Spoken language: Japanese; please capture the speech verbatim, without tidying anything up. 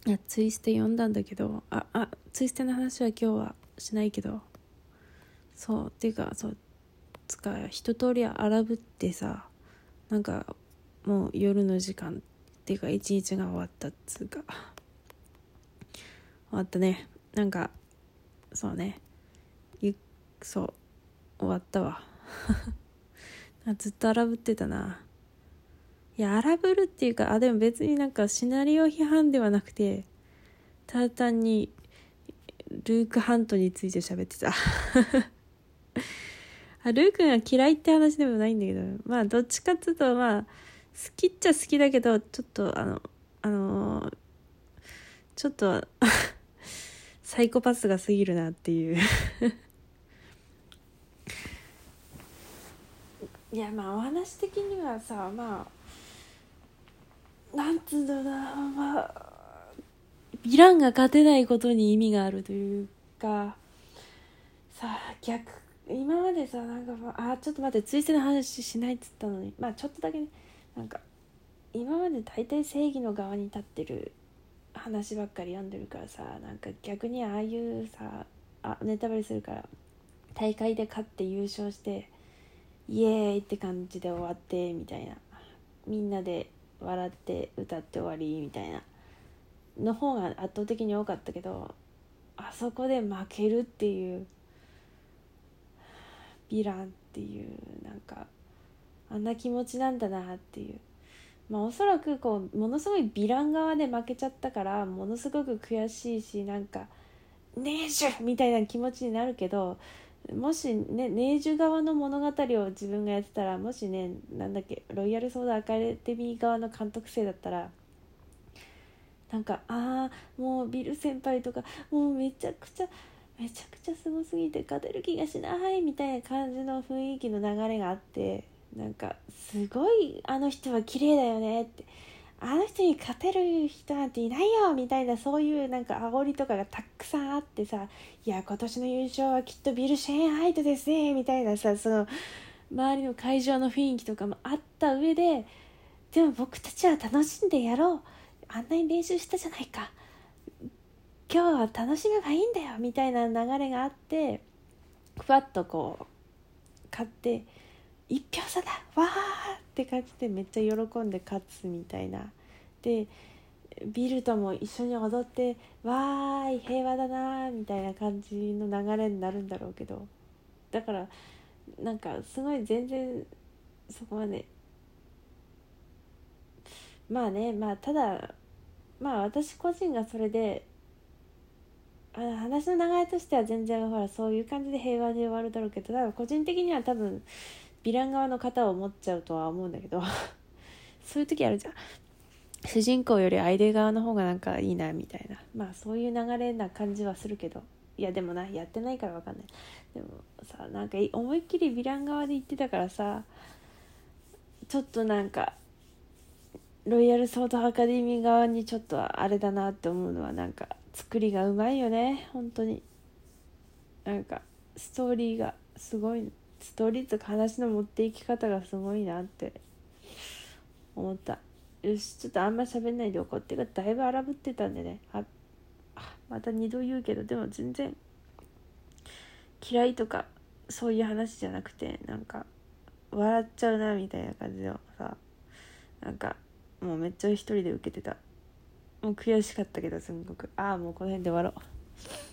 いやツイステ読んだんだけど、ああツイステの話は今日はしないけど、そうっていうか、そうつか一通り荒ぶってさ、なんかもう夜の時間っていうか一日が終わったっつうか、終わったね。なんかそうね、ゆそう終わったわずっと荒ぶってたな。いや荒ぶるっていうか、あでも別になんかシナリオ批判ではなくて、ただ単にルーク・ハントについて喋ってたあルークが嫌いって話でもないんだけど、まあどっちかっていうと、まあ好きっちゃ好きだけど、ちょっとあのあのー、ちょっとサイコパスが過ぎるなっていういやまあお話的にはさ、まあなんつうんだろうな、まあヴィランが勝てないことに意味があるというかさあ、逆今までさ、なんか、まあ、あちょっと待って、ツイステの話しないっつったのに、まあちょっとだけね、なんか今まで大体正義の側に立ってる話ばっかり読んでるからさ、なんか逆にああいうさ、あネタバレするから、大会で勝って優勝してイエーイって感じで終わってみたいな、みんなで笑って歌って終わりみたいなの方が圧倒的に多かったけど、あそこで負けるっていうヴィランっていう、なんかあんな気持ちなんだなっていう、まあおそらくこうものすごいヴィラン側で負けちゃったからものすごく悔しいし、なんかネージュみたいな気持ちになるけど、もしねネージュ側の物語を自分がやってたら、もしねなんだっけロイヤルソードアカデミー側の監督生だったら、なんかああもうビル先輩とかもうめちゃくちゃめちゃくちゃすごすぎて勝てる気がしないみたいな感じの雰囲気の流れがあって、なんかすごいあの人は綺麗だよねって、あの人に勝てる人なんていないよみたいな、そういうなんか煽りとかがたくさんあってさ、いや今年の優勝はきっとビル・シェーンハイトですねみたいなさ、その周りの会場の雰囲気とかもあった上で、でも僕たちは楽しんでやろう、あんなに練習したじゃないか、今日は楽しめばいいんだよみたいな流れがあって、ふわっとこう勝って一票差だわーって感じでめっちゃ喜んで勝つみたいな、でビルとも一緒に踊ってわーい平和だなみたいな感じの流れになるんだろうけど、だからなんかすごい全然そこまで、まあね、まあただまあ私個人がそれで、あ話の流れとしては全然ほらそういう感じで平和で終わるだろうけど、多分個人的には多分ヴィラン側の肩を持っちゃうとは思うんだけどそういう時あるじゃん、主人公より相手側の方がなんかいいなみたいな、まあそういう流れな感じはするけど、いやでもなやってないから分かんない。でもさ、なんか思いっきりヴィラン側で言ってたからさ、ちょっとなんかロイヤルソードアカデミー側にちょっとあれだなって思うのは、なんか作りがうまいよね本当に。なんかストーリーがすごい、ストーリーとか話の持っていき方がすごいなって思った。よしちょっとあんま喋んないでおこうっていうか、だいぶ荒ぶってたんでね、ああまた二度言うけど、でも全然嫌いとかそういう話じゃなくて、なんか笑っちゃうなみたいな感じのさ、なんかもうめっちゃ一人で受けてた。もう悔しかったけどすんごく、ああもうこの辺で終わろう。